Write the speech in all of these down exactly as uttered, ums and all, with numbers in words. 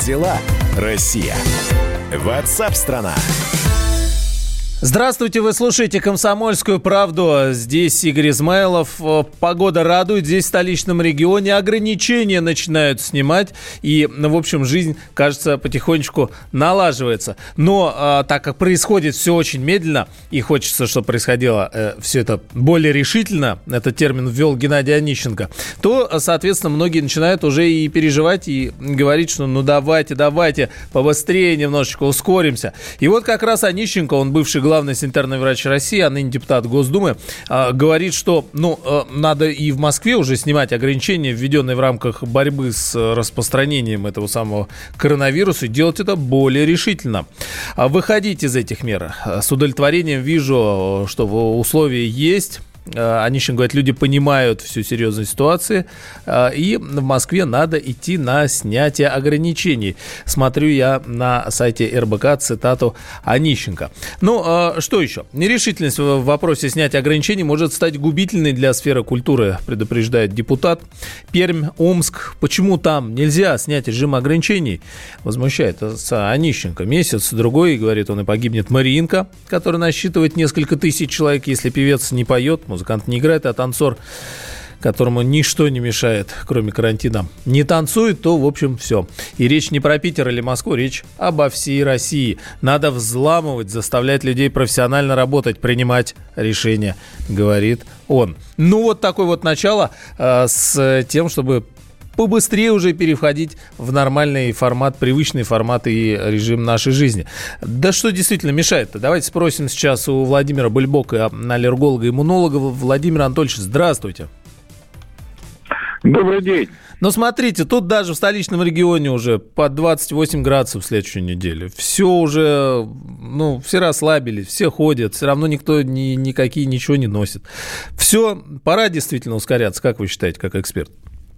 дела, Россия? Ватсап-страна! Здравствуйте, вы слушаете «Комсомольскую правду». Здесь Игорь Измайлов. Погода радует. Здесь, в столичном регионе, ограничения начинают снимать. И, в общем, жизнь, кажется, потихонечку налаживается. Но а, так как происходит все очень медленно, и хочется, чтобы происходило э, все это более решительно, этот термин ввел Геннадий Онищенко, то, соответственно, многие начинают уже и переживать, и говорить, что ну давайте, давайте, побыстрее немножечко ускоримся. И вот как раз Онищенко, он бывший главный санитарный врач России, а ныне депутат Госдумы, э, говорит, что ну, э, надо и в Москве уже снимать ограничения, введенные в рамках борьбы с распространением этого самого коронавируса, и делать это более решительно. Выходить из этих мер. С удовлетворением вижу, что условия есть. Онищенко говорит, люди понимают всю серьезность ситуации, и в Москве надо идти на снятие ограничений. Смотрю я на сайте эр бэ ка цитату Онищенко. Ну, что еще? Нерешительность в вопросе снятия ограничений может стать губительной для сферы культуры, предупреждает депутат. Пермь, Омск. Почему там нельзя снять режим ограничений? Возмущается Онищенко. Месяц, другой, говорит он, и погибнет Мариинка, которая насчитывает несколько тысяч человек, если певец не поет, музыкант не играет, а танцор, которому ничто не мешает, кроме карантина, не танцует, то, в общем, все. И речь не про Питер или Москву, речь обо всей России. Надо взламывать, заставлять людей профессионально работать, принимать решения, говорит он. Ну, вот такое вот начало э, с тем, чтобы побыстрее уже переходить в нормальный формат, привычный формат и режим нашей жизни. Да что действительно мешает-то? Давайте спросим сейчас у Владимира Бульбока, аллерголога-иммунолога. Владимир Анатольевич, здравствуйте. Добрый день. Ну, смотрите, тут даже в столичном регионе уже по двадцать восемь градусов в следующую неделю. Все уже, ну, все расслабились, все ходят, все равно никто ни, никакие ничего не носит. Все, пора действительно ускоряться, как вы считаете, как эксперт?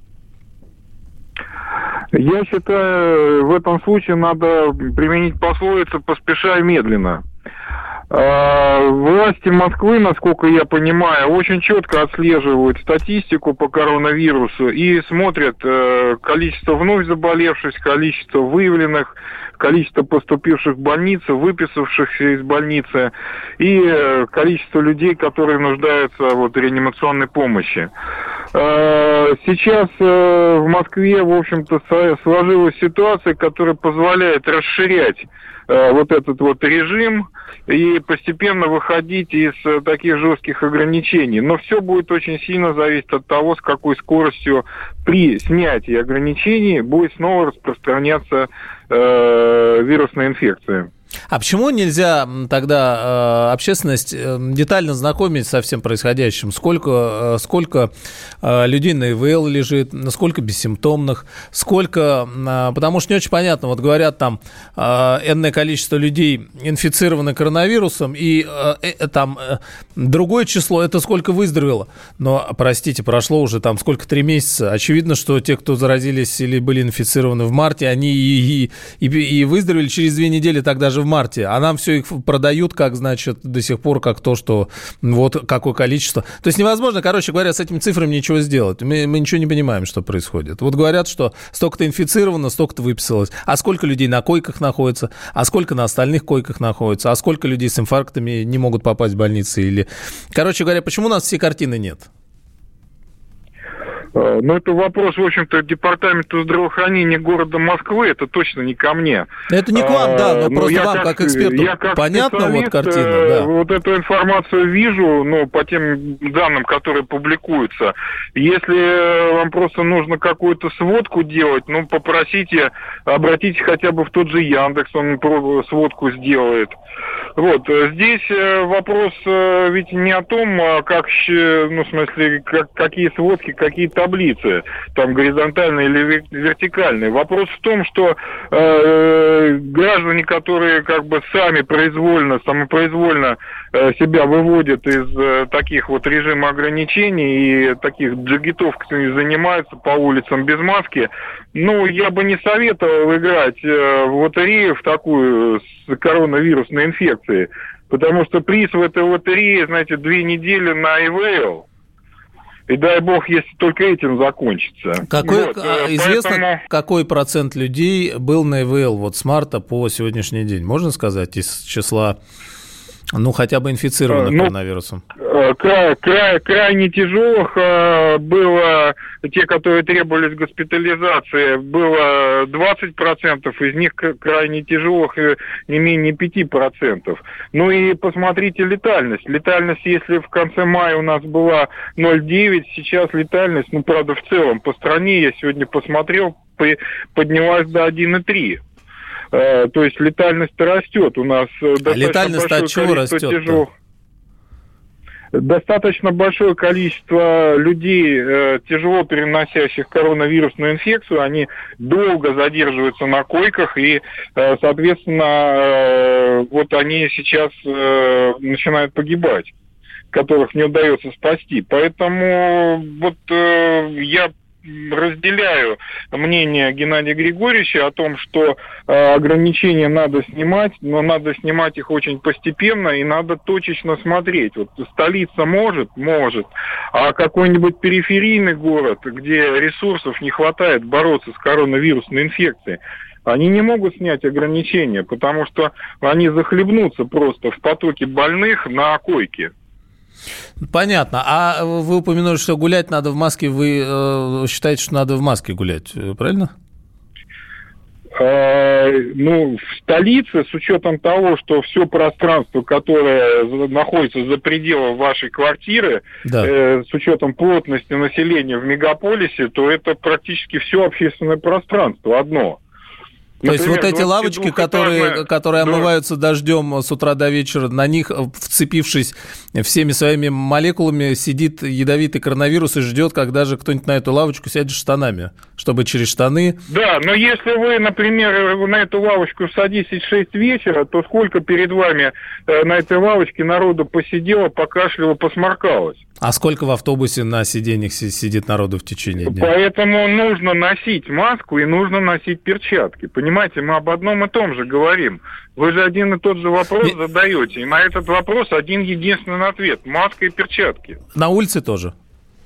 Я считаю, в этом случае надо применить пословицу «поспешай медленно». Власти Москвы, насколько я понимаю, очень четко отслеживают статистику по коронавирусу и смотрят количество вновь заболевших, количество выявленных, количество поступивших в больницу, выписавшихся из больницы и количество людей, которые нуждаются вот, в реанимационной помощи. Сейчас в Москве, в общем-то, сложилась ситуация, которая позволяет расширять вот этот вот режим и постепенно выходить из таких жестких ограничений. Но все будет очень сильно зависеть от того, с какой скоростью при снятии ограничений будет снова распространяться э, вирусная инфекция. А почему нельзя тогда э, общественность э, детально знакомить со всем происходящим? Сколько, э, сколько э, людей на ИВЛ лежит, сколько бессимптомных, сколько... Э, потому что не очень понятно. Вот говорят, там э, энное количество людей инфицированы коронавирусом, и э, э, там э, другое число, это сколько выздоровело. Но, простите, прошло уже там сколько, три месяца. Очевидно, что те, кто заразились или были инфицированы в марте, они и, и, и, и выздоровели через две недели тогда же в марте, а нам все их продают, как, значит, до сих пор, как то, что вот какое количество. То есть невозможно, короче говоря, с этими цифрами ничего сделать. Мы, мы ничего не понимаем, что происходит. Вот говорят, что столько-то инфицировано, столько-то выписалось. А сколько людей на койках находится? А сколько на остальных койках находится? А сколько людей с инфарктами не могут попасть в больницу? Или... Короче говоря, почему у нас всей картины нет? Ну, это вопрос, в общем-то, департаменту здравоохранения города Москвы, это точно не ко мне. Это не к вам, да, но, но просто вам, как, как эксперту, я как понятна вот картина, да. Вот эту информацию вижу, ну, по тем данным, которые публикуются. Если вам просто нужно какую-то сводку делать, ну, попросите, обратитесь хотя бы в тот же Яндекс, он сводку сделает. Вот, здесь вопрос ведь не о том, как, ну, в смысле, как, какие сводки, какие таблицы, там, горизонтальные или вертикальные. Вопрос в том, что э, граждане, которые как бы сами произвольно, самопроизвольно э, себя выводят из э, таких вот режима ограничений и таких джигитовками занимаются по улицам без маски, ну, я бы не советовал играть э, в лотерею в такую с коронавирусной инфекцией, потому что приз в этой лотерее, знаете, две недели на ИВЛ. И дай бог, если только этим закончится. Какой, вот, известно, поэтому... какой процент людей был на ИВЛ вот с марта по сегодняшний день? Можно сказать, из числа, ну, хотя бы инфицированных ну, коронавирусом? Край, край, крайне тяжелых было, те, которые требовались госпитализации, было двадцать процентов, из них крайне тяжелых не менее пять процентов. Ну и посмотрите летальность. Летальность, если в конце мая у нас была ноль целых девять десятых, сейчас летальность, ну, правда, в целом по стране, я сегодня посмотрел, поднялась до один целых три десятых. То есть летальность-то растет. У нас а летальность-то от чего растет? Достаточно большое количество людей, э, тяжело переносящих коронавирусную инфекцию, они долго задерживаются на койках, и, э, соответственно, э, вот они сейчас э, начинают погибать, которых не удается спасти. Поэтому вот э, я разделяю мнение Геннадия Григорьевича о том, что э, ограничения надо снимать, но надо снимать их очень постепенно и надо точечно смотреть. Вот столица может, может, а какой-нибудь периферийный город, где ресурсов не хватает бороться с коронавирусной инфекцией, они не могут снять ограничения, потому что они захлебнутся просто в потоке больных на койке. Понятно. А вы упомянули, что гулять надо в маске. Вы э, считаете, что надо в маске гулять, правильно? Э, ну, в столице, с учетом того, что все пространство, которое находится за пределами вашей квартиры, да. э, с учетом плотности населения в мегаполисе, то это практически все общественное пространство одно. То есть вот эти лавочки, которые, которые омываются да. дождем с утра до вечера, на них, вцепившись всеми своими молекулами, сидит ядовитый коронавирус и ждет, когда же кто-нибудь на эту лавочку сядет штанами, чтобы через штаны... Да, но если вы, например, на эту лавочку садитесь в шесть вечера, то сколько перед вами на этой лавочке народу посидело, покашляло, посморкалось? А сколько в автобусе на сиденьях сидит народу в течение дня? Поэтому нужно носить маску и нужно носить перчатки. Понимаете, мы об одном и том же говорим. Вы же один и тот же вопрос Не... задаете. И на этот вопрос один единственный ответ. Маска и перчатки. На улице тоже?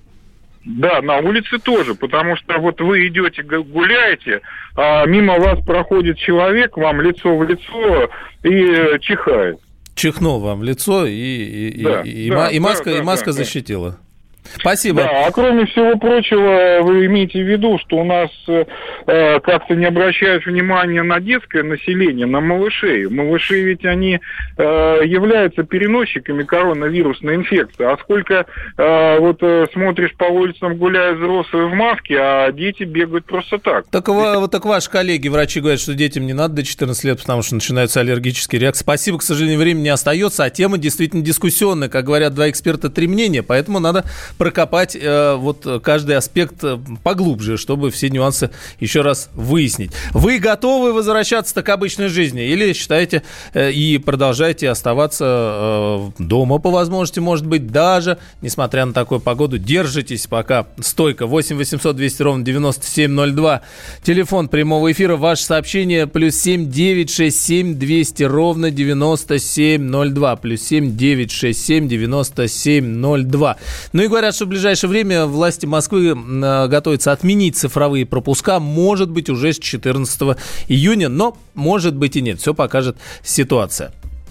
Да, на улице тоже. Потому что вот вы идете, гуляете, а мимо вас проходит человек, вам лицо в лицо и чихает. Чихнул вам в лицо, и, и, да, и, да, и маска, да, и маска да, защитила. Да. Спасибо. Да, а кроме всего прочего, вы имеете в виду, что у нас э, как-то не обращают внимания на детское население, на малышей. Малыши ведь они э, являются переносчиками коронавирусной инфекции. А сколько э, вот э, смотришь по улицам, гуляют взрослые в маске, а дети бегают просто так. Так, вот так ваши коллеги, врачи, говорят, что детям не надо до четырнадцати лет, потому что начинаются аллергические реакции. Спасибо, к сожалению, времени не остается, а тема действительно дискуссионная. Как говорят два эксперта, три мнения, поэтому надо прокопать э, вот каждый аспект поглубже, чтобы все нюансы еще раз выяснить. Вы готовы возвращаться к обычной жизни или считаете э, и продолжаете оставаться э, дома по возможности, может быть, даже, несмотря на такую погоду, держитесь пока стойко. восемь восемьсот двести ровно девяносто семь ноль два. Телефон прямого эфира. Ваше сообщение плюс семь девять шесть семь двести ровно девяносто семь ноль два. Плюс семь девять шесть семь девяносто семь ноль два. Ну и говорят, что в ближайшее время власти Москвы готовятся отменить цифровые пропуска, может быть, уже с четырнадцатого июня, но может быть и нет. Все покажет ситуация.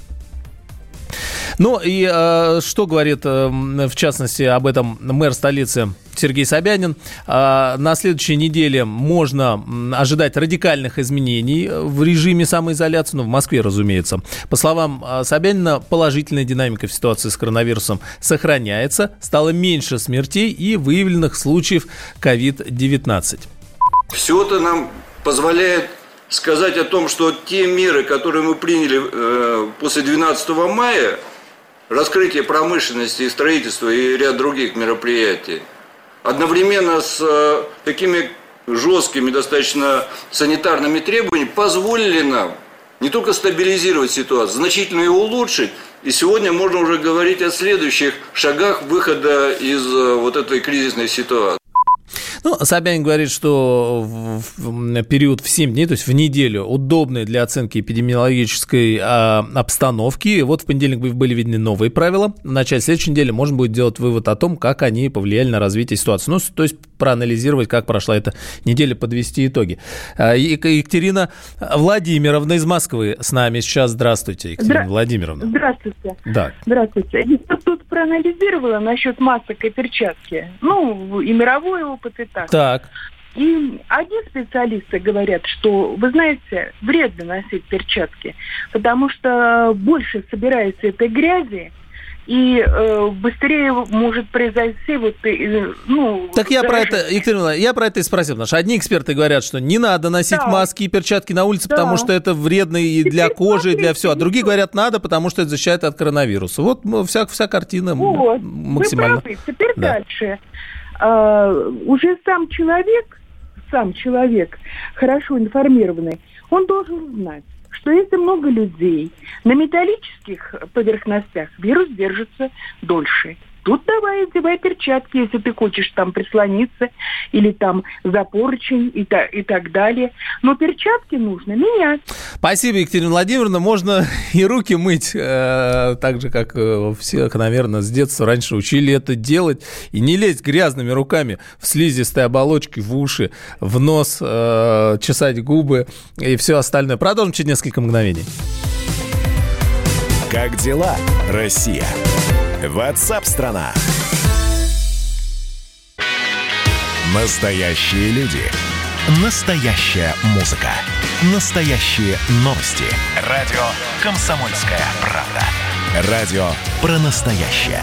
Ну и э, что говорит, э, в частности, об этом мэр столицы Сергей Собянин. Э, на следующей неделе можно ожидать радикальных изменений в режиме самоизоляции, ну, в Москве, разумеется. По словам э, Собянина, положительная динамика в ситуации с коронавирусом сохраняется, стало меньше смертей и выявленных случаев ковид девятнадцать. Все это нам позволяет сказать о том, что те меры, которые мы приняли э, после двенадцатого мая, раскрытие промышленности и строительства и ряд других мероприятий, одновременно с э, такими жесткими достаточно санитарными требованиями, позволили нам не только стабилизировать ситуацию, значительно ее улучшить. И сегодня можно уже говорить о следующих шагах выхода из э, вот этой кризисной ситуации. Ну, Собянин говорит, что в, в период в семь дней, то есть в неделю, удобный для оценки эпидемиологической а, обстановки. Вот в понедельник были введены новые правила. В начале следующей недели можно будет делать вывод о том, как они повлияли на развитие ситуации. Ну, то есть проанализировать, как прошла эта неделя, подвести итоги. Екатерина Владимировна из Москвы с нами сейчас. Здравствуйте, Екатерина Здра... Владимировна. Здравствуйте. Да. Здравствуйте. Я тут проанализировала насчет масок и перчатки. Ну, и мировой опыт, и так. Так. И одни специалисты говорят, что, вы знаете, вредно носить перчатки, потому что больше собирается этой грязи, и э, быстрее может произойти вот, э, ну... Так я про это, Екатерина, я про это и спросил, потому что одни эксперты говорят, что не надо носить да. маски и перчатки на улице, да. потому что это вредно и для Теперь кожи, и для всего, а другие говорят, надо, потому что это защищает от коронавируса. Вот вся, вся картина вот. максимально... Вы правы. Теперь да. дальше. А, уже сам человек, сам человек, хорошо информированный, он должен знать, что если много людей на металлических поверхностях, вирус держится дольше. Тут давай одевай перчатки, если ты хочешь там прислониться или там за поручень и, та, и так далее. Но перчатки нужно менять. Спасибо, Екатерина Владимировна. Можно и руки мыть, э, так же, как э, всех, наверное, с детства раньше учили это делать. И не лезть грязными руками в слизистые оболочки, в уши, в нос, э, чесать губы и все остальное. Продолжим через несколько мгновений. Как дела, Россия? WhatsApp-страна. Настоящие люди. Настоящая музыка. Настоящие новости. Радио «Комсомольская правда». Радио про настоящее.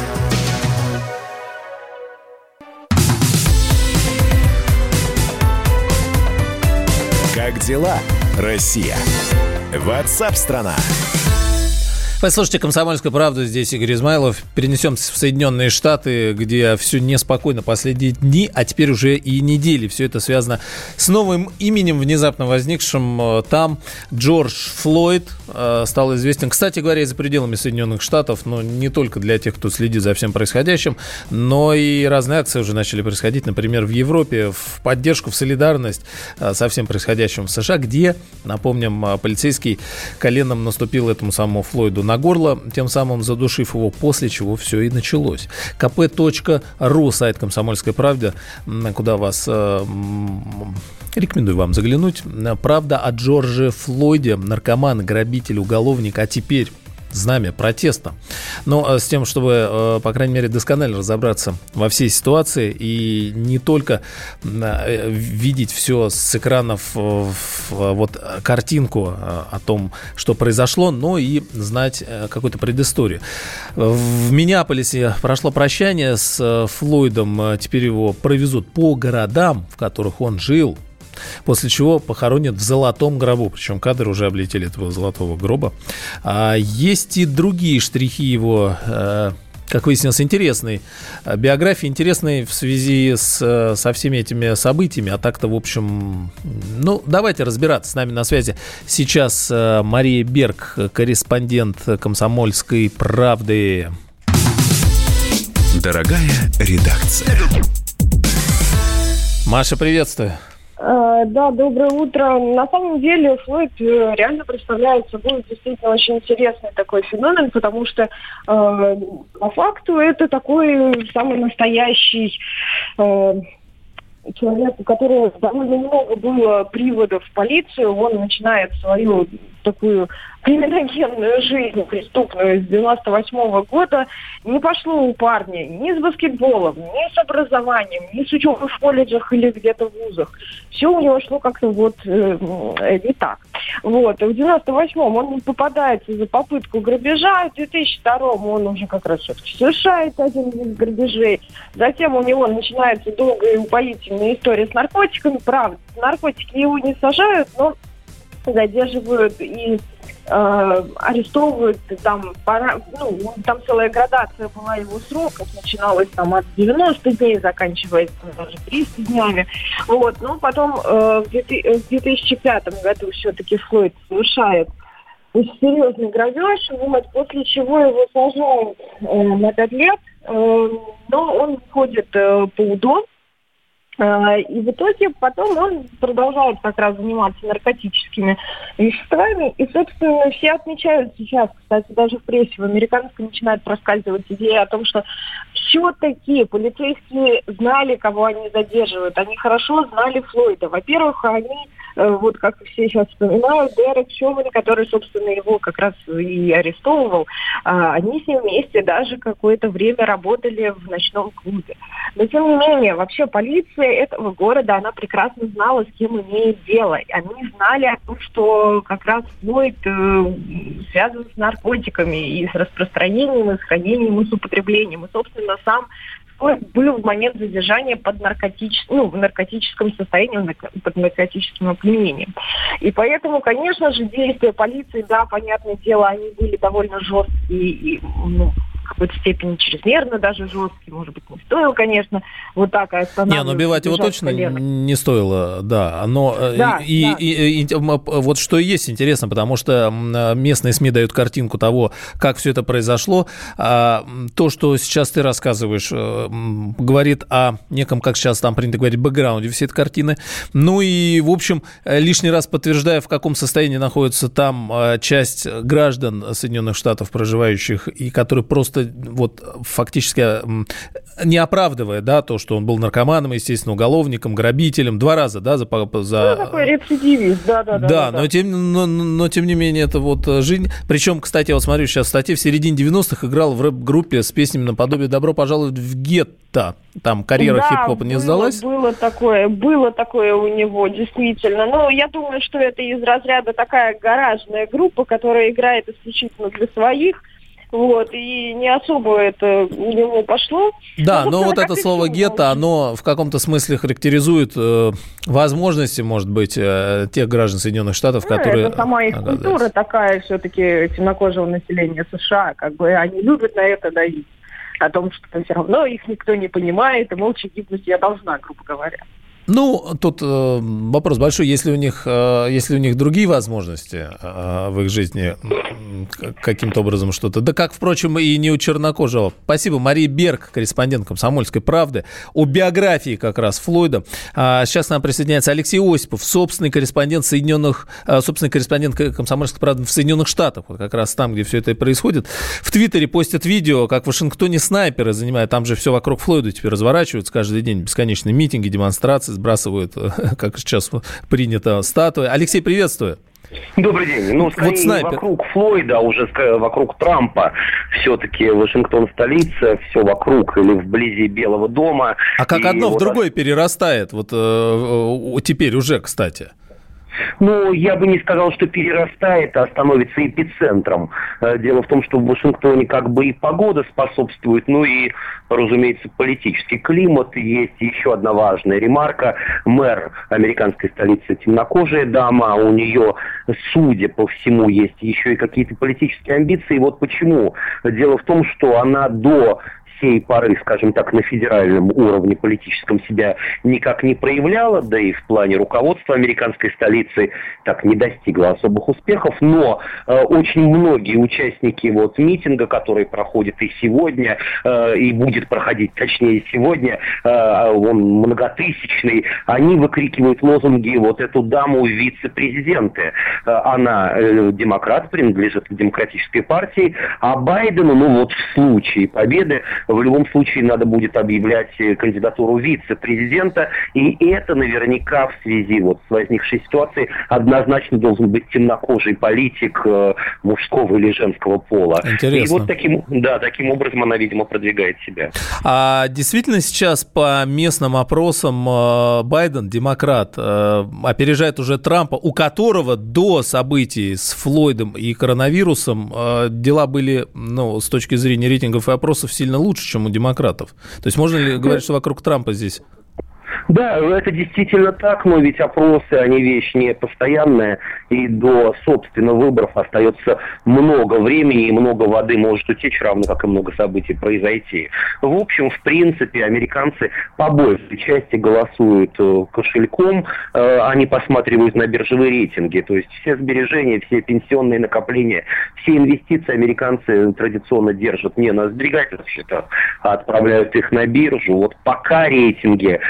Как дела, Россия? WhatsApp-страна. Вы слушайте «Комсомольскую правду», здесь Игорь Измайлов. Перенесемся в Соединенные Штаты, где все неспокойно последние дни, а теперь уже и недели. Все это связано с новым именем, внезапно возникшим там. Джордж Флойд стал известен, кстати говоря, и за пределами Соединенных Штатов, но не только для тех, кто следит за всем происходящим, но и разные акции уже начали происходить, например, в Европе, в поддержку, в солидарность со всем происходящим в США, где, напомним, полицейский коленом наступил этому самому Флойду на горло, тем самым задушив его, после чего все и началось. ка пэ точка ру, сайт «Комсомольской правды», куда вас э, рекомендую вам заглянуть. Правда о Джордже Флойде, наркоман, грабитель, уголовник, а теперь знамя протеста. Но с тем, чтобы, по крайней мере, досконально разобраться во всей ситуации и не только видеть все с экранов, вот картинку о том, что произошло, но и знать какую-то предысторию. В Миннеаполисе прошло прощание с Флойдом. Теперь его провезут по городам, в которых он жил, после чего похоронят в золотом гробу. Причем кадры уже облетели этого золотого гроба. А есть и другие штрихи его, как выяснилось, интересной биографии, интересной в связи с, со всеми этими событиями. А так-то, в общем, ну, давайте разбираться. С нами на связи сейчас Мария Берг, корреспондент «Комсомольской правды». Дорогая редакция. Маша, приветствую. Да, доброе утро. На самом деле Флойд реально представляет собой действительно очень интересный такой феномен, потому что э, по факту это такой самый настоящий э, человек, у которого довольно много было приводов в полицию. Он начинает свою такую криминогенную жизнь преступную с девяносто восьмого года. Не пошло у парня ни с баскетболом, ни с образованием, ни с учебой в колледжах или где-то в вузах. Все у него шло как-то вот э, не так. Вот. В девяносто восьмом он попадается за попытку грабежа, в две тысячи втором он уже как раз все-таки совершает один из грабежей. Затем у него начинается долгая и упоительная история с наркотиками. Правда, наркотики его не сажают, но задерживают и э, арестовывают. Там, пора, ну, там целая градация была его сроков. Начиналась там от девяноста дней, заканчиваясь там, даже триста днями. Вот. Но потом э, в две тысячи пятом году все-таки Флойд совершает очень серьезный грабеж, вот, после чего его сажают э, на пять лет. Э, но он выходит э, по УДО. И в итоге потом он продолжает как раз заниматься наркотическими веществами. И, собственно, все отмечают сейчас, кстати, даже в прессе, в американской начинает проскальзывать идея о том, что все-таки полицейские знали, кого они задерживают. Они хорошо знали Флойда. Во-первых, они, вот как все сейчас вспоминают, Дерек Шовен, который, собственно, его как раз и арестовывал, они с ним вместе даже какое-то время работали в ночном клубе. Но, тем не менее, вообще полиция этого города, она прекрасно знала, с кем имеет дело. Они знали о том, что как раз Флойд э, связан с наркотиками и с распространением, и с хранением, и с употреблением. И, собственно, сам Флойд был в момент задержания под наркотич... ну, в наркотическом состоянии, под наркотическим опьянением. И поэтому, конечно же, действия полиции, да, понятное дело, они были довольно жесткие и, ну, в какой-то степени чрезмерно даже жесткий, может быть, не стоило, конечно, вот так останавливать. Не, ну убивать его точно колено. Не стоило, да, но да, и, да. И, и, и, вот что и есть интересно, потому что местные СМИ дают картинку того, как все это произошло, а то, что сейчас ты рассказываешь, говорит о неком, как сейчас там принято говорить, бэкграунде всей этой картины, ну и, в общем, лишний раз подтверждая, в каком состоянии находится там часть граждан Соединенных Штатов, проживающих, и которые просто вот фактически не оправдывая, да, то, что он был наркоманом, естественно, уголовником, грабителем, два раза, да, за... за... Ну, такой рецидивист, да-да-да. Да, да, но, тем, но, но тем не менее это вот жизнь. Причем, кстати, я вот смотрю сейчас в статье, в середине девяностых играл в рэп-группе с песнями наподобие «Добро пожаловать в гетто». Там карьера да, хип-хопа не было, сдалась? было такое, было такое у него, действительно. Но я думаю, что это из разряда такая гаражная группа, которая играет исключительно для своих. Вот, и не особо это у него пошло. Да, но, но вот это слово «гетто», оно в каком-то смысле характеризует э, возможности, может быть, э, тех граждан Соединенных Штатов, ну, которые... Это сама их оказались. Культура такая, все-таки темнокожего населения США, как бы они любят на это давить. О том, что все равно их никто не понимает, и молча гибнуть я должна, грубо говоря. Ну, тут э, вопрос большой, если у них, э, если у них другие возможности э, в их жизни, э, каким-то образом что-то, да как, впрочем, и не у чернокожего. Спасибо. Мария Берг, корреспондент «Комсомольской правды», о биографии как раз Флойда. А сейчас к нам присоединяется Алексей Осипов, собственный корреспондент Соединенных, э, собственный корреспондент «Комсомольской правды» в Соединенных Штатах, вот как раз там, где все это и происходит. В Твиттере постят видео, как в Вашингтоне снайперы занимают, там же все вокруг Флойда теперь разворачиваются каждый день, бесконечные митинги, демонстрации, сбрасывают, как сейчас принято, статуи. Алексей, приветствую. Добрый день. Ну, скорее, вот снайпер. Не вокруг Флойда, а уже вокруг Трампа. Все-таки Вашингтон столица, все вокруг или вблизи Белого дома. А как одно вот в другое перерастает, вот э, теперь уже, кстати. Ну, я бы не сказал, что перерастает, а становится эпицентром. Дело в том, что в Вашингтоне как бы и погода способствует, ну и, разумеется, политический климат. Есть еще одна важная ремарка. Мэр американской столицы темнокожая дама, у нее, судя по всему, есть еще и какие-то политические амбиции. Вот почему. Дело в том, что она до сей поры, скажем так, на федеральном уровне политическом себя никак не проявляла, да и в плане руководства американской столицы так не достигла особых успехов, но э, очень многие участники вот митинга, который проходит и сегодня, э, и будет проходить, точнее, сегодня, э, он многотысячный, они выкрикивают лозунги вот эту даму вице-президенты. Э, она э, демократ, принадлежит к демократической партии, а Байдену, ну вот в случае победы, в любом случае надо будет объявлять кандидатуру вице-президента, и это наверняка в связи вот с возникшей ситуацией однозначно должен быть темнокожий политик э, мужского или женского пола. Интересно. И вот таким, да, таким образом она, видимо, продвигает себя. А действительно сейчас по местным опросам э, Байден, демократ, э, опережает уже Трампа, у которого до событий с Флойдом и коронавирусом э, дела были, ну, с точки зрения рейтингов и опросов сильно лучше, чем у демократов. То есть можно ли говорить, что вокруг Трампа здесь? Да, это действительно так, но ведь опросы, они вещь не постоянная, и до, собственно, выборов остается много времени, и много воды может утечь, равно как и много событий произойти. В общем, в принципе, американцы по большей части голосуют кошельком, они посматривают на биржевые рейтинги, то есть все сбережения, все пенсионные накопления, все инвестиции американцы традиционно держат не на сберегательных счетах, а отправляют их на биржу. Вот пока рейтинги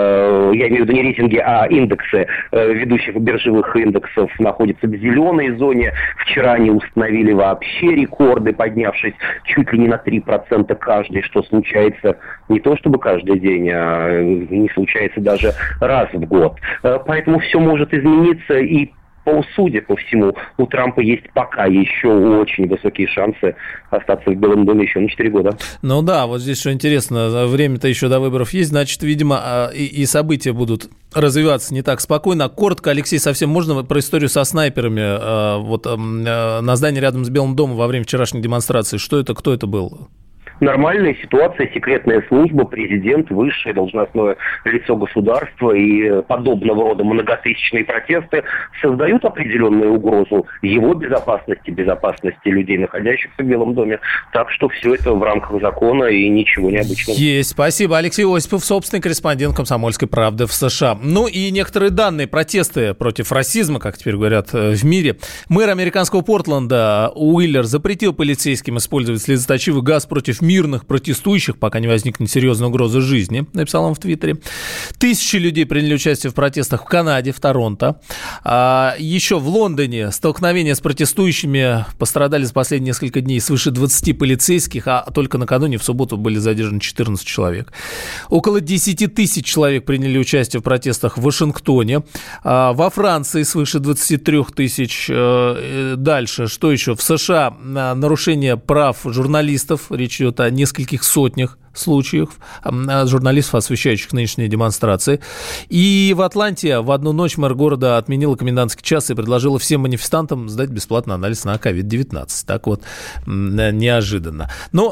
я имею в виду не рейтинги, а индексы ведущих биржевых индексов находятся в зеленой зоне. Вчера они установили вообще рекорды, поднявшись чуть ли не на три процента каждый, что случается не то чтобы каждый день, а не случается даже раз в год. Поэтому все может измениться, и судя по всему, у Трампа есть пока еще очень высокие шансы остаться в Белом доме еще на четыре года. Ну да, вот здесь что интересно, время-то еще до выборов есть, значит, видимо, и, и события будут развиваться не так спокойно. Коротко, Алексей, совсем можно про историю со снайперами вот на здании рядом с Белым домом во время вчерашней демонстрации? Что это, кто это был? Нормальная ситуация, секретная служба, президент, высшее должностное лицо государства, и подобного рода многотысячные протесты создают определенную угрозу его безопасности, безопасности людей, находящихся в Белом доме. Так что все это в рамках закона и ничего необычного. Есть. Спасибо. Алексей Осипов, собственный корреспондент «Комсомольской правды» в США. Ну и некоторые данные. Протесты против расизма, как теперь говорят в мире. Мэр американского Портленда Уиллер запретил полицейским использовать слезоточивый газ против мирных протестующих, пока не возникнет серьезная угроза жизни, написал он в Твиттере. Тысячи людей приняли участие в протестах в Канаде, в Торонто. А еще в Лондоне столкновения с протестующими, пострадали за последние несколько дней свыше двадцати полицейских, а только накануне в субботу были задержаны четырнадцать человек. Около десять тысяч человек приняли участие в протестах в Вашингтоне. А во Франции свыше двадцать три тысяч. Дальше, что еще? В США нарушение прав журналистов, речь идет о нескольких сотнях случаев журналистов, освещающих нынешние демонстрации. И в Атланте в одну ночь мэр города отменила комендантский час и предложила всем манифестантам сдать бесплатный анализ на ковид девятнадцать. Так вот, неожиданно. Ну,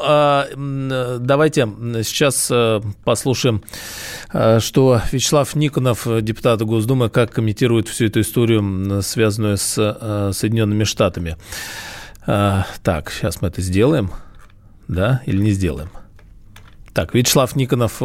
давайте сейчас послушаем, что Вячеслав Никонов, депутат Госдумы, как комментирует всю эту историю, связанную с Соединенными Штатами. Так, сейчас мы это сделаем. Да, или не сделаем? Так, Вячеслав Никонов,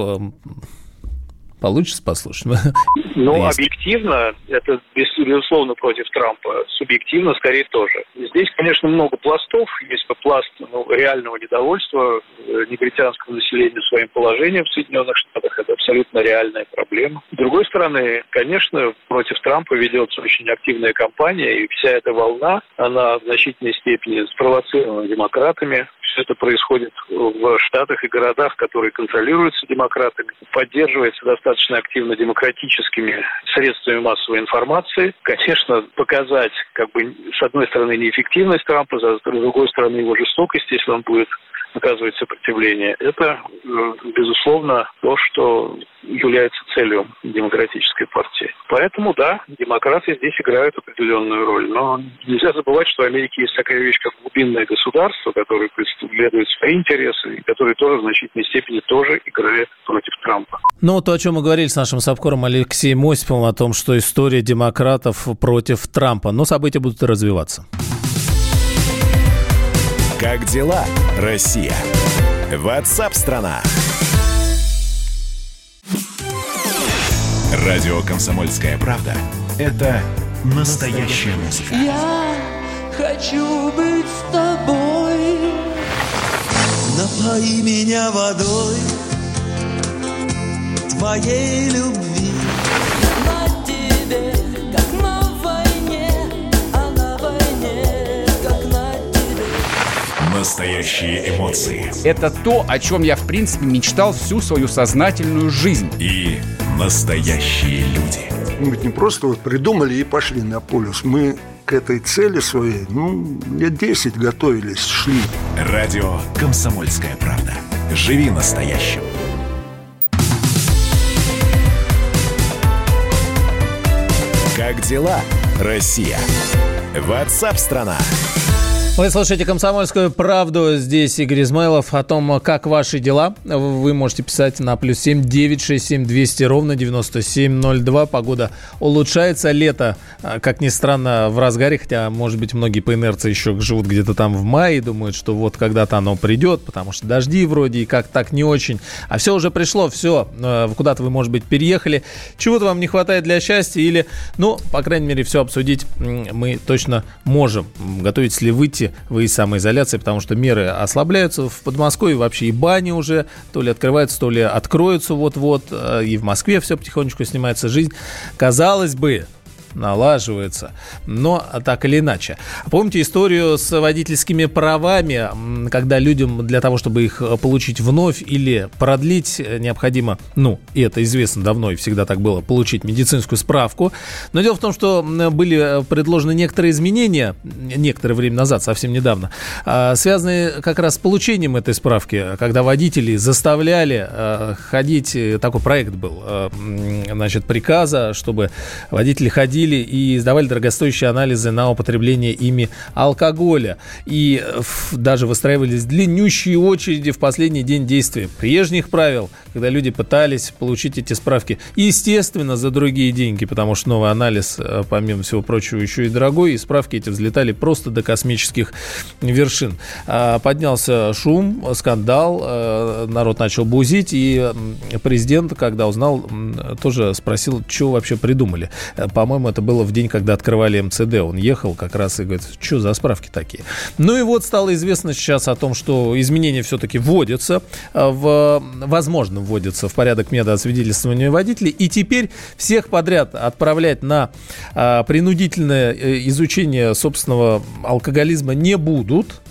получится послушать? Ну, Есть. Объективно, это безусловно против Трампа, субъективно скорее тоже. Здесь, конечно, много пластов. Есть пласт ну, реального недовольства негритянского населения своим положением в Соединенных Штатах. Это абсолютно реальная проблема. С другой стороны, конечно, против Трампа ведется очень активная кампания, и вся эта волна, она в значительной степени спровоцирована демократами. Все это происходит в штатах и городах, которые контролируются демократами, поддерживается достаточно активно демократическими средствами массовой информации. Конечно, показать, как бы, с одной стороны, неэффективность Трампа, с другой стороны, его жестокость, если он будет оказывать сопротивление. Это, безусловно, то, что является целью демократической партии. Поэтому, да, демократы здесь играют определенную роль. Но нельзя забывать, что в Америке есть такая вещь, как глубинное государство, которое преследует свои интересы, и которое тоже в значительной степени тоже играет против Трампа. Ну, то, о чем мы говорили с нашим сапкором Алексеем Осиповым, о том, что история демократов против Трампа. Но события будут развиваться. Как дела, Россия? Ватсап-страна! Радио «Комсомольская правда» — это настоящая музыка. Я хочу быть с тобой. Напои меня водой твоей любви. На тебе, как на войне, а на войне, как на тебе. Настоящие эмоции. Это то, о чем я, в принципе, мечтал всю свою сознательную жизнь. И настоящие люди. Мы ведь не просто вот придумали и пошли на полюс. Мы к этой цели своей, ну, лет десять готовились, шли. Радио «Комсомольская правда». Живи настоящим. Как дела, Россия? Ватсап-страна! Вы слушаете «Комсомольскую правду». Здесь Игорь Измайлов. О том, как ваши дела, вы можете писать на плюс семь девять шесть семь двести ровно девяносто семь ноль два. Погода улучшается. Лето, как ни странно, в разгаре. Хотя, может быть, многие по инерции еще живут где-то там в мае и думают, что вот когда-то оно придет, потому что дожди вроде и как так не очень. А все уже пришло, все. Куда-то вы, может быть, переехали. Чего-то вам не хватает для счастья или, ну, по крайней мере, все обсудить мы точно можем. Готовитесь ли выйти или выезд самоизоляции, потому что меры ослабляются. В Подмосковье вообще и бани уже то ли открываются, то ли откроются вот-вот. И в Москве все потихонечку снимается жизнь. Казалось бы, налаживается, но так или иначе. Помните историю с водительскими правами, когда людям для того, чтобы их получить вновь или продлить, необходимо, ну, и это известно давно и всегда так было, получить медицинскую справку. Но дело в том, что были предложены некоторые изменения некоторое время назад, совсем недавно, связанные как раз с получением этой справки, когда водителей заставляли ходить, такой проект был, значит, приказа, чтобы водители ходили и сдавали дорогостоящие анализы на употребление ими алкоголя. И даже выстраивались длиннющие очереди в последний день действия прежних правил, когда люди пытались получить эти справки, естественно, за другие деньги, потому что новый анализ, помимо всего прочего, еще и дорогой, и справки эти взлетали просто до космических вершин. Поднялся шум, скандал, народ начал бузить, и президент, когда узнал, тоже спросил, что вообще придумали. По-моему, это было в день, когда открывали эм цэ дэ. Он ехал как раз и говорит, что за справки такие. Ну и вот стало известно сейчас о том, что изменения все-таки вводятся, в, возможно, вводятся в порядок медосвидетельствования водителей. И теперь всех подряд отправлять на а, принудительное изучение собственного алкоголизма не будут.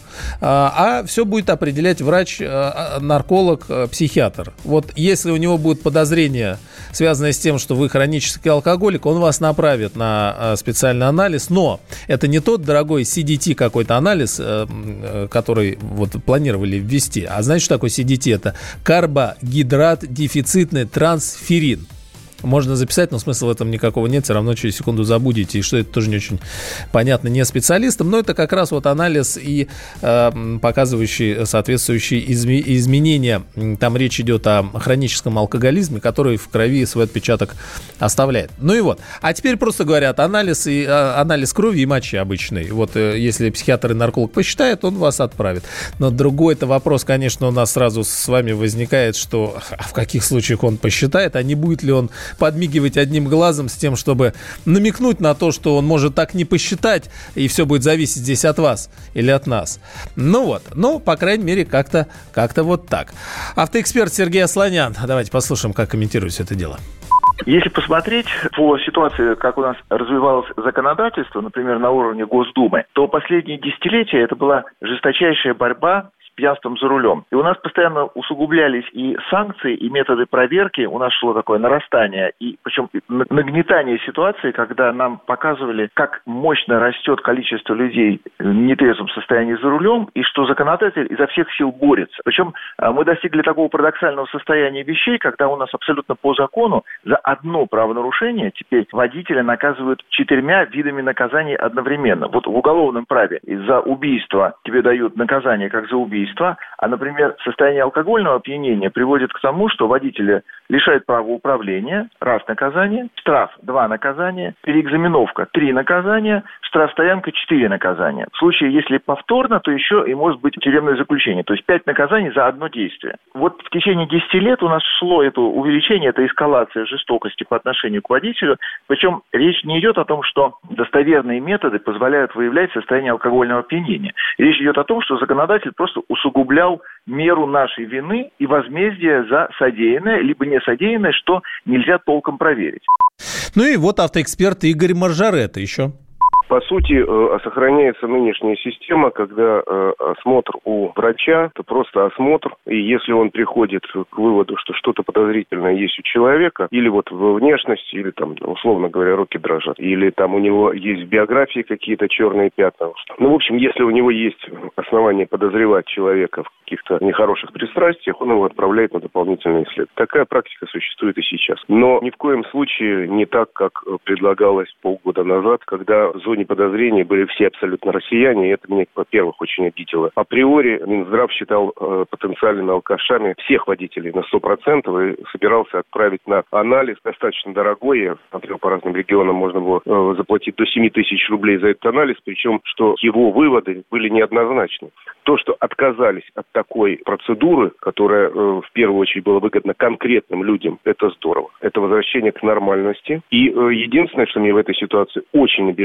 А все будет определять врач, нарколог, психиатр. Вот если у него будет подозрение, связанное с тем, что вы хронический алкоголик, он вас направит на специальный анализ, но это не тот дорогой си ди ти какой-то анализ, который вот планировали ввести, а знаете, что такое си ди ти? Это карбогидрат дефицитный трансферин. Можно записать, но смысла в этом никакого нет, все равно через секунду забудете, и что это тоже не очень понятно не специалистам, но это как раз вот анализ и э, показывающий соответствующие изме- изменения. Там речь идет о хроническом алкоголизме, который в крови свой отпечаток оставляет. Ну и вот. А теперь просто говорят, анализ, и, э, анализ крови и мочи обычный. Вот э, если психиатр и нарколог посчитает, он вас отправит. Но другой это вопрос, конечно, у нас сразу с вами возникает, что а в каких случаях он посчитает, а не будет ли он подмигивать одним глазом с тем, чтобы намекнуть на то, что он может так не посчитать, и все будет зависеть здесь от вас или от нас. Ну вот, ну, по крайней мере, как-то, как-то вот так. Автоэксперт Сергей Асланян. Давайте послушаем, как комментирует все это дело. Если посмотреть по ситуации, как у нас развивалось законодательство, например, на уровне Госдумы, то последние десятилетия это была жесточайшая борьба пьянством за рулем. И у нас постоянно усугублялись и санкции, и методы проверки. У нас шло такое нарастание, и причем нагнетание ситуации, когда нам показывали, как мощно растет количество людей в нетрезвом состоянии за рулем, и что законодатель изо всех сил борется. Причем мы достигли такого парадоксального состояния вещей, когда у нас абсолютно по закону за одно правонарушение теперь водителя наказывают четырьмя видами наказаний одновременно. Вот в уголовном праве за убийство тебе дают наказание как за убийство, а, например, состояние алкогольного опьянения приводит к тому, что водителя лишают права управления, раз наказание, штраф, два наказания, переэкзаменовка, три наказания, штрафстоянка, четыре наказания. В случае, если повторно, то еще и может быть тюремное заключение, то есть пять наказаний за одно действие. Вот в течение десяти лет у нас шло это увеличение, это эскалация жестокости по отношению к водителю, причем речь не идет о том, что достоверные методы позволяют выявлять состояние алкогольного опьянения. Речь идет о том, что законодатель просто усугублял меру нашей вины и возмездия за содеянное, либо не содеянное, что нельзя толком проверить. Ну и вот автоэксперт Игорь Маржарета еще. По сути, сохраняется нынешняя система, когда осмотр у врача – это просто осмотр, и если он приходит к выводу, что что-то подозрительное есть у человека, или вот во внешности, или там, условно говоря, руки дрожат, или там у него есть в биографии какие-то черные пятна. Ну, в общем, если у него есть основания подозревать человека в каких-то нехороших пристрастиях, он его отправляет на дополнительные исследования. Такая практика существует и сейчас. Но ни в коем случае не так, как предлагалось полгода назад, когда в зоне подозрения были все абсолютно россияне, и это меня, во-первых, очень обидело. Априори Минздрав считал э, потенциальными алкашами всех водителей на сто процентов и собирался отправить на анализ достаточно дорогой. Я смотрел по разным регионам, можно было э, заплатить до семь тысяч рублей за этот анализ, причем, что его выводы были неоднозначны. То, что отказались от такой процедуры, которая э, в первую очередь была выгодна конкретным людям, это здорово. Это возвращение к нормальности. И э, единственное, что меня в этой ситуации очень обижает,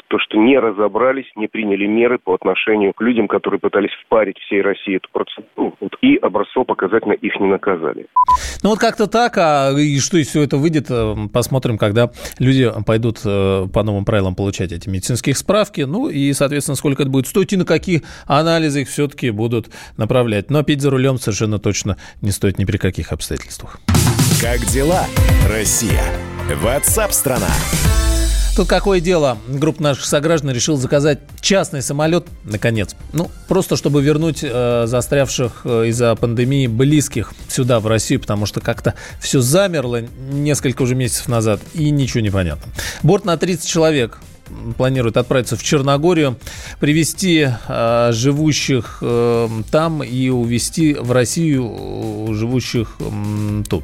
то, что не разобрались, не приняли меры по отношению к людям, которые пытались впарить всей России эту процедуру, вот, и образцово-показательно их не наказали. Ну вот как-то так, а и что из всего это выйдет, посмотрим, когда люди пойдут по новым правилам получать эти медицинские справки, ну и, соответственно, сколько это будет стоить и на какие анализы их все-таки будут направлять. Но пить за рулем совершенно точно не стоит ни при каких обстоятельствах. Как дела, Россия? Ватсап-страна! Тут какое дело. Группа наших сограждан решила заказать частный самолет, наконец. Ну, просто чтобы вернуть э, застрявших э, из-за пандемии близких сюда, в Россию, потому что как-то все замерло несколько уже месяцев назад, и ничего не понятно. Борт на тридцать человек планирует отправиться в Черногорию, привезти э, живущих э, там и увезти в Россию живущих э, тут.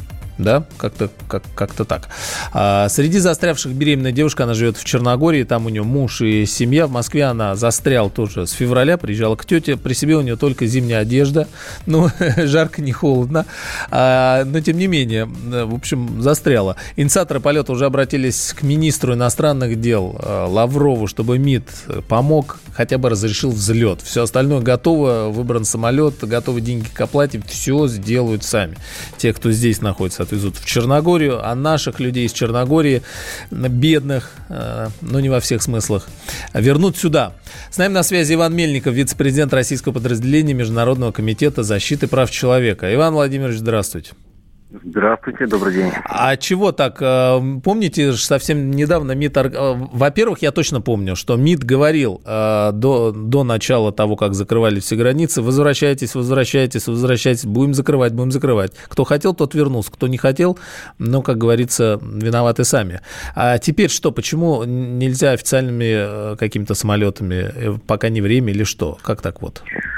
Да, как-то, как, как-то так. А, среди застрявших беременная девушка, она живет в Черногории, там у нее муж и семья. В Москве она застряла тоже с февраля, приезжала к тете. При себе у нее только зимняя одежда. Ну, жарко, не холодно. А, но, тем не менее, в общем, застряла. Инициаторы полета уже обратились к министру иностранных дел Лаврову, чтобы МИД помог, хотя бы разрешил взлет. Все остальное готово, выбран самолет, готовы деньги к оплате, все сделают сами. Те, кто здесь находится, отвезут в Черногорию, а наших людей из Черногории, бедных, но не во всех смыслах, вернут сюда. С нами на связи Иван Мельников, вице-президент российского подразделения Международного комитета защиты прав человека. Иван Владимирович, здравствуйте. Здравствуйте, добрый день. А чего так? Помните, совсем недавно МИД... Во-первых, я точно помню, что МИД говорил до, до начала того, как закрывали все границы: возвращайтесь, возвращайтесь, возвращайтесь, будем закрывать, будем закрывать. Кто хотел, тот вернулся, кто не хотел, ну, как говорится, виноваты сами. А теперь что? Почему нельзя официальными какими-то самолетами, пока не время или что? Как так вот?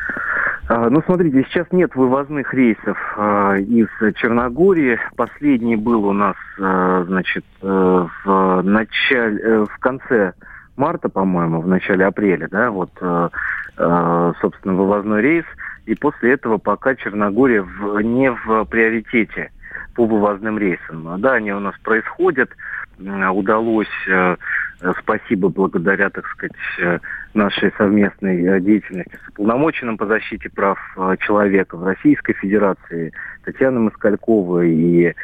Ну, смотрите, сейчас нет вывозных рейсов э, из Черногории. Последний был у нас, э, значит, э, в начале, э, в конце марта, по-моему, в начале апреля, да, вот, э, э, собственно, вывозной рейс. И после этого пока Черногория в, не в приоритете по вывозным рейсам. Да, они у нас происходят. Удалось, э, спасибо, благодаря, так сказать, нашей совместной деятельности с уполномоченным по защите прав человека в Российской Федерации Татьяной Москальковой, и э,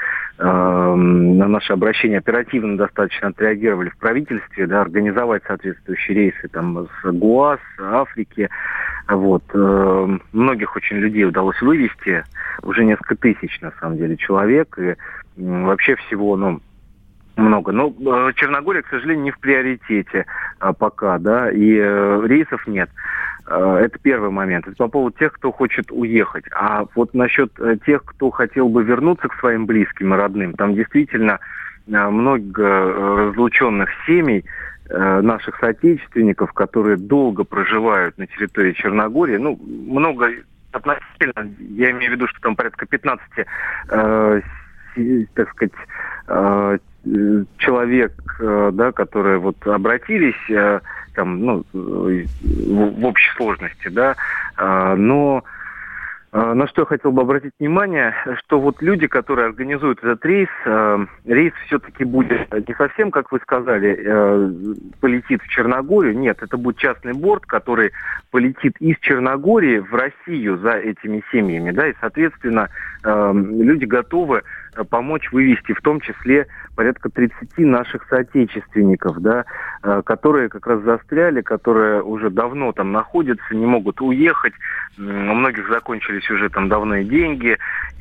на наше обращение оперативно достаточно отреагировали в правительстве, да, организовать соответствующие рейсы там с Гоа, с Африки. Вот. Э, многих очень людей удалось вывести, уже несколько тысяч, на самом деле, человек, и э, вообще всего, ну, много. Но э, Черногория, к сожалению, не в приоритете э, пока, да, и э, рейсов нет. Э, это первый момент. Это по поводу тех, кто хочет уехать. А вот насчет э, тех, кто хотел бы вернуться к своим близким и родным, там действительно э, много э, разлученных семей, э, наших соотечественников, которые долго проживают на территории Черногории. Ну, много относительно, я имею в виду, что там порядка пятнадцать, э, так сказать, э, человек, да, которые вот обратились там, ну, в общей сложности, да, но на что я хотел бы обратить внимание, что вот люди, которые организуют этот рейс, рейс все-таки будет не совсем, как вы сказали, полетит в Черногорию. Нет, это будет частный борт, который полетит из Черногории в Россию за этими семьями, да, и, соответственно, люди готовы помочь вывести в том числе порядка тридцати наших соотечественников, да, которые как раз застряли, которые уже давно там находятся, не могут уехать. У многих закончились уже там давно и деньги,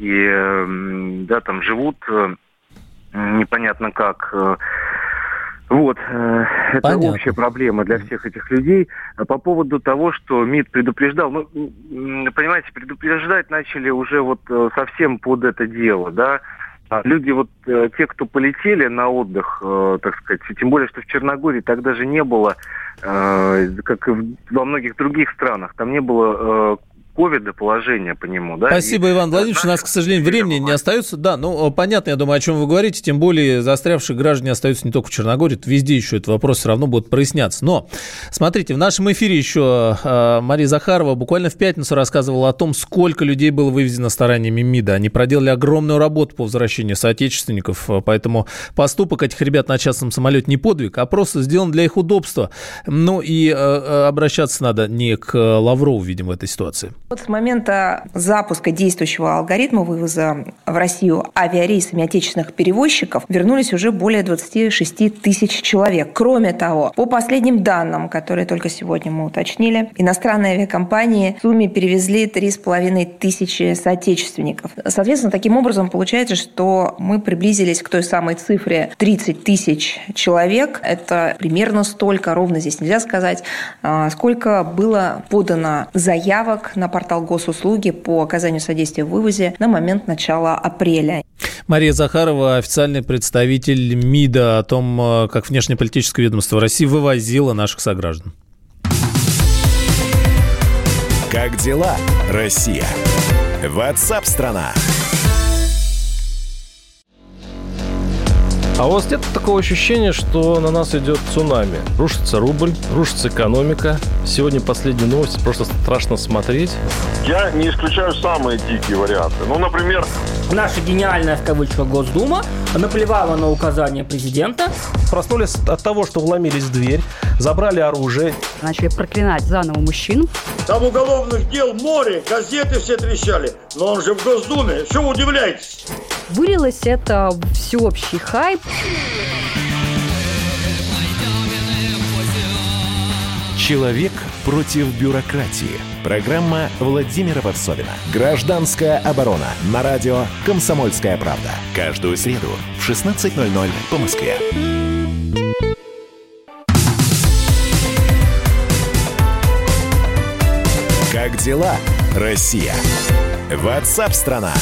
и, да, там живут непонятно как. Вот, это Понятно. Общая проблема для всех этих людей. По поводу того, что МИД предупреждал, ну, понимаете, предупреждать начали уже вот совсем под это дело, да. Люди, вот те, кто полетели на отдых, так сказать, тем более, что в Черногории так даже не было, как и во многих других странах, там не было ковида положение по нему. Да? Спасибо, и, Иван Владимирович. У нас, к сожалению, времени не остается. Да, ну, понятно, я думаю, о чем вы говорите. Тем более застрявшие граждане остаются не только в Черногории. Везде еще этот вопрос все равно будет проясняться. Но, смотрите, в нашем эфире еще э, Мария Захарова буквально в пятницу рассказывала о том, сколько людей было вывезено стараниями МИДа. Они проделали огромную работу по возвращению соотечественников. Поэтому поступок этих ребят на частном самолете не подвиг, а просто сделан для их удобства. Ну и э, обращаться надо не к Лаврову, видимо, в этой ситуации. Вот с момента запуска действующего алгоритма вывоза в Россию авиарейсами отечественных перевозчиков вернулись уже более двадцать шесть тысяч человек. Кроме того, по последним данным, которые только сегодня мы уточнили, иностранные авиакомпании в сумме перевезли три с половиной тысячи соотечественников. Соответственно, таким образом получается, что мы приблизились к той самой цифре тридцать тысяч человек. Это примерно столько, ровно здесь нельзя сказать, сколько было подано заявок на портал госуслуги по оказанию содействия в вывозе на момент начала апреля. Мария Захарова, официальный представитель МИДа, о том, как внешнеполитическое ведомство России вывозило наших сограждан. Как дела, Россия? WhatsApp-страна. А у вас нет такого ощущения, что на нас идет цунами? Рушится рубль, рушится экономика. Сегодня последние новости, просто страшно смотреть. Я не исключаю самые дикие варианты. Ну, например... Наша гениальная, в кавычках, Госдума наплевала на указания президента. Проснулись от того, что вломились в дверь, забрали оружие. Начали проклинать заново мужчин. Там уголовных дел море, газеты все трещали. Но он же в Госдуме, что вы удивляетесь? Вылилось это в всеобщий хайп. Человек против бюрократии. Программа Владимира Варсовина. Гражданская оборона. На радио «Комсомольская правда». Каждую среду в шестнадцать ноль ноль по Москве. Как дела, Россия? WhatsApp-страна.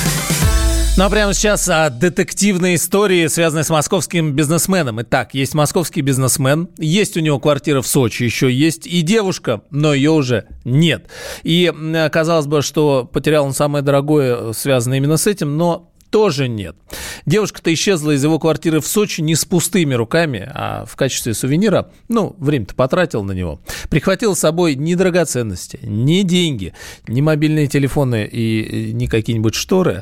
Ну а прямо сейчас о детективной истории, связанной с московским бизнесменом. Итак, есть московский бизнесмен, есть у него квартира в Сочи, еще есть и девушка, но ее уже нет. И казалось бы, что потерял он самое дорогое, связанное именно с этим, но тоже нет. Девушка-то исчезла из его квартиры в Сочи не с пустыми руками, а в качестве сувенира, ну, время-то потратил на него. Прихватила с собой ни драгоценности, ни деньги, ни мобильные телефоны и ни какие-нибудь шторы,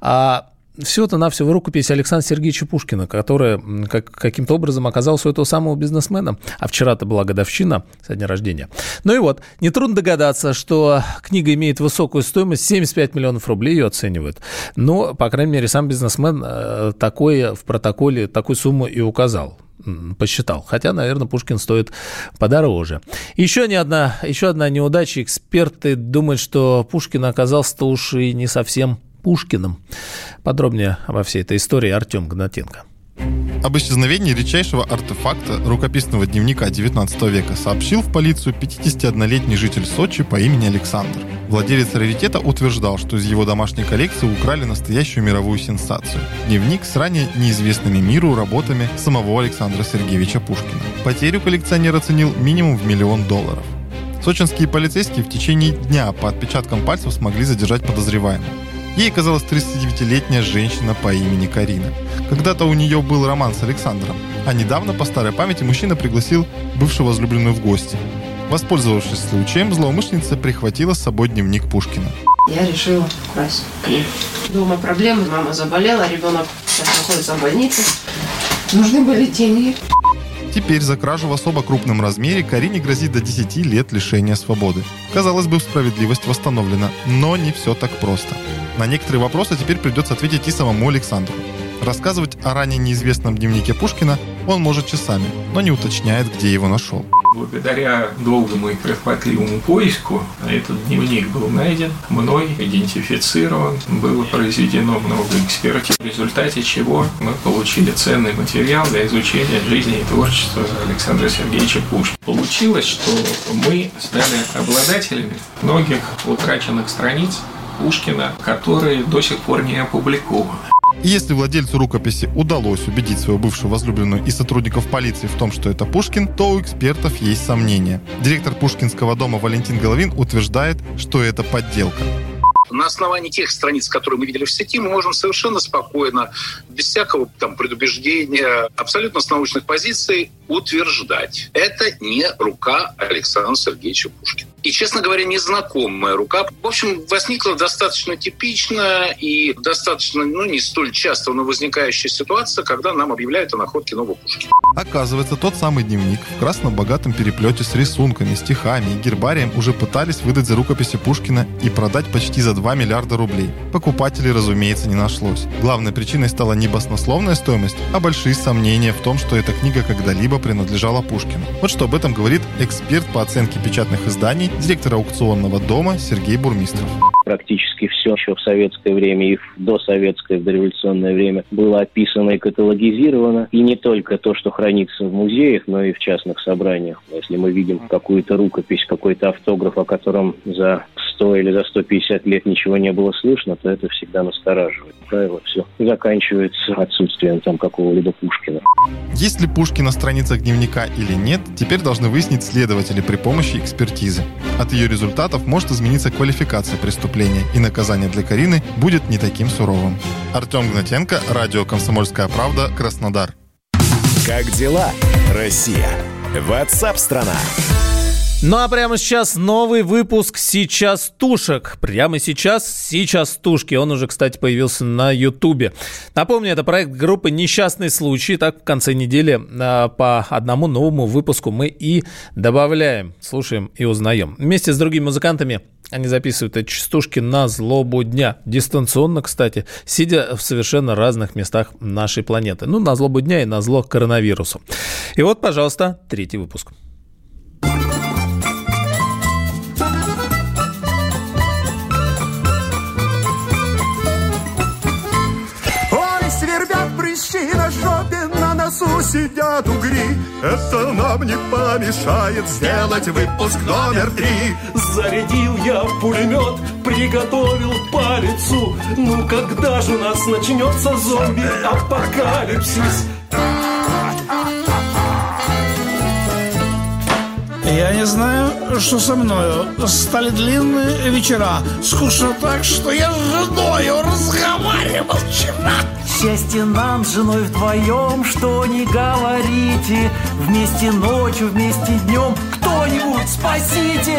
а всего-то-навсего рукопись Александра Сергеевича Пушкина, которая как, каким-то образом оказалась у этого самого бизнесмена. А вчера-то была годовщина со дня рождения. Ну и вот, нетрудно догадаться, что книга имеет высокую стоимость, семьдесят пять миллионов рублей ее оценивают. Но, по крайней мере, сам бизнесмен э, такое в протоколе, такую сумму и указал. Посчитал. Хотя, наверное, Пушкин стоит подороже. Еще, не одна, еще одна неудача. Эксперты думают, что Пушкин оказался-то уж и не совсем Пушкиным. Подробнее обо всей этой истории Артем Гнатенко. Об исчезновении редчайшего артефакта рукописного дневника девятнадцатого века сообщил в полицию пятидесятиоднолетний житель Сочи по имени Александр. Владелец раритета утверждал, что из его домашней коллекции украли настоящую мировую сенсацию – дневник с ранее неизвестными миру работами самого Александра Сергеевича Пушкина. Потерю коллекционер оценил минимум в миллион долларов. Сочинские полицейские в течение дня по отпечаткам пальцев смогли задержать подозреваемого. Ей оказалась тридцатидевятилетняя женщина по имени Карина. Когда-то у нее был роман с Александром, а недавно, по старой памяти, мужчина пригласил бывшую возлюбленную в гости. Воспользовавшись случаем, злоумышленница прихватила с собой дневник Пушкина. Я решила украсть книгу. Дома проблемы, мама заболела, ребенок сейчас находится в больнице. Нужны были деньги. Теперь за кражу в особо крупном размере Карине грозит до десяти лет лишения свободы. Казалось бы, справедливость восстановлена, но не все так просто. На некоторые вопросы теперь придется ответить и самому Александру. Рассказывать о ранее неизвестном дневнике Пушкина он может часами, но не уточняет, где его нашел. Благодаря долгому и кропотливому поиску этот дневник был найден, мной идентифицирован, было произведено много экспертиз, в результате чего мы получили ценный материал для изучения жизни и творчества Александра Сергеевича Пушкина. Получилось, что мы стали обладателями многих утраченных страниц Пушкина, которые до сих пор не опубликованы. И если владельцу рукописи удалось убедить свою бывшую возлюбленную и сотрудников полиции в том, что это Пушкин, то у экспертов есть сомнения. Директор Пушкинского дома Валентин Головин утверждает, что это подделка. На основании тех страниц, которые мы видели в сети, мы можем совершенно спокойно, без всякого там предубеждения, абсолютно с научных позиций утверждать. Это не рука Александра Сергеевича Пушкина. И, честно говоря, незнакомая рука. В общем, возникла достаточно типичная и достаточно, ну, не столь часто, но возникающая ситуация, когда нам объявляют о находке нового Пушкина. Оказывается, тот самый дневник в красно-богатом переплете с рисунками, стихами и гербарием уже пытались выдать за рукописи Пушкина и продать почти за два миллиарда рублей. Покупателей, разумеется, не нашлось. Главной причиной стала не баснословная стоимость, а большие сомнения в том, что эта книга когда-либо принадлежала Пушкину. Вот что об этом говорит эксперт по оценке печатных изданий, директор аукционного дома Сергей Бурмистров. Практически все еще в советское время и в досоветское, в дореволюционное время было описано и каталогизировано. И не только то, что хранится в музеях, но и в частных собраниях. Если мы видим какую-то рукопись, какой-то автограф, о котором за сто или за сто пятьдесят лет ничего не было слышно, то это всегда настораживает. Правило, все заканчивается отсутствием там какого-либо Пушкина. Есть ли Пушкин на страницах дневника или нет, теперь должны выяснить следователи при помощи экспертизы. От ее результатов может измениться квалификация преступления, и наказание для Карины будет не таким суровым. Артем Гнатенко, радио «Комсомольская правда», Краснодар. Как дела, Россия? Ватсап-страна! Ну а прямо сейчас новый выпуск «Сейчас тушек». Прямо сейчас «Сейчас тушки». Он уже, кстати, появился на Ютубе. Напомню, это проект группы «Несчастный случай». Так в конце недели а, по одному новому выпуску мы и добавляем, слушаем и узнаем. Вместе с другими музыкантами они записывают эти частушки на злобу дня. Дистанционно, кстати, сидя в совершенно разных местах нашей планеты. Ну, на злобу дня и на зло коронавирусу. И вот, пожалуйста, третий выпуск. На жопе, на носу сидят угри. Это нам не помешает сделать выпуск номер три. Зарядил я пулемет, приготовил палицу. Ну когда же у нас начнется зомби-апокалипсис? Я не знаю, что со мною. Стали длинные вечера. Скучно так, что я с женою разговаривал вчера. Счастье нам с женой вдвоем, что не говорите. Вместе ночью, вместе днем. Кто-нибудь спасите!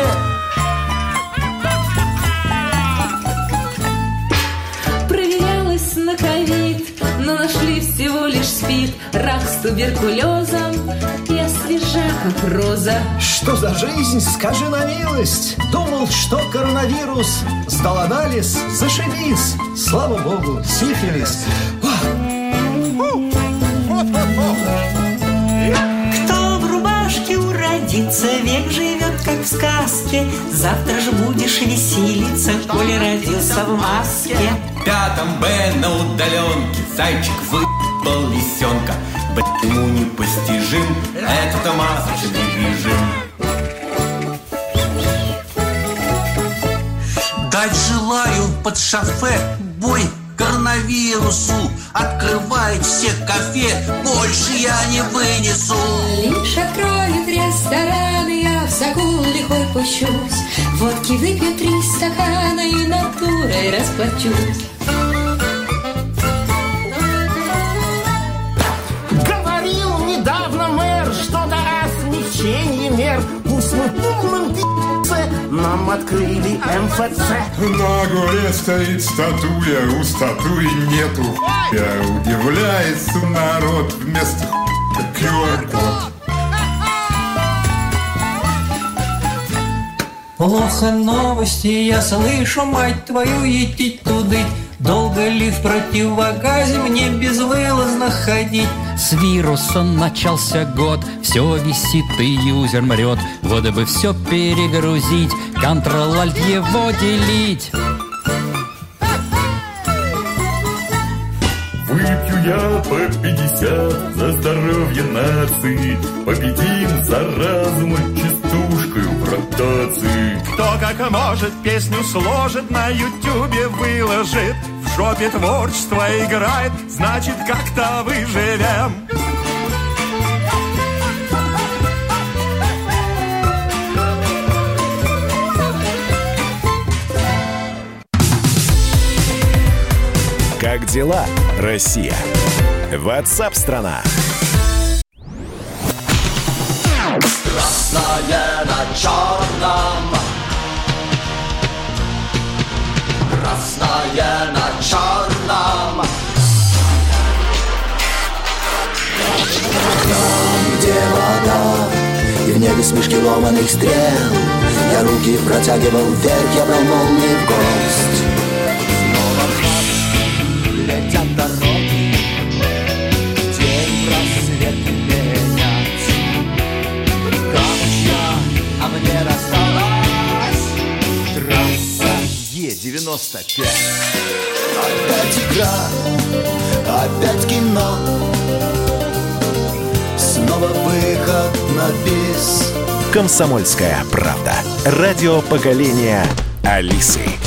Проверялась на ковид, но нашли всего лишь СПИД. Рак с туберкулезом, я свежа, как роза. Что за жизнь, скажи на милость? Думал, что коронавирус. Сдал анализ, зашибись. Слава богу, сифилис. Кто в рубашке уродится, век живет, как в сказке. Завтра же будешь веселиться, коли родился в маске. Пятом Б на удаленке зайчик выебал лисенка. Б ему непостижим этот масочный режим. Дать желаю под шофе бой коронавирусу. Открывает все кафе, больше я не вынесу. Лишь откроют рестораны, я в загул лихой пущусь. Водки выпью три стакана и натурой расплачусь. Говорил недавно мэр что-то о смягчении мер. Пусть мы полным пи***це, нам открыли эм эф цэ. На горе стоит статуя, у статуи нету. Я удивляется народ вместо ку ар-код. Плохо новости я слышу, мать твою, идти туды. Долго ли в противогазе мне безвылазно ходить? С вирусом начался год, все висит и юзер мрет. Вот бы все перегрузить, контрол-альт его делить. Выпью я по пятьдесят за здоровье нации. Победим заразу частушкою в ротации. Кто как может песню сложит, на ютюбе выложит. В жопе творчество играет, значит, как-то выживем. Как дела, Россия? Ватсап-страна! Красное на черном, красное на черном. Там, где вода, и в небе смешки ломаных стрел, я руки протягивал вверх, я брал молнии в гость. Летят дороги, день рассвет менять. Камушья, а мне рассталась трасса Е девяносто пять. Опять игра, опять кино, снова выход на бис. «Комсомольская правда». Радио поколения Алисы.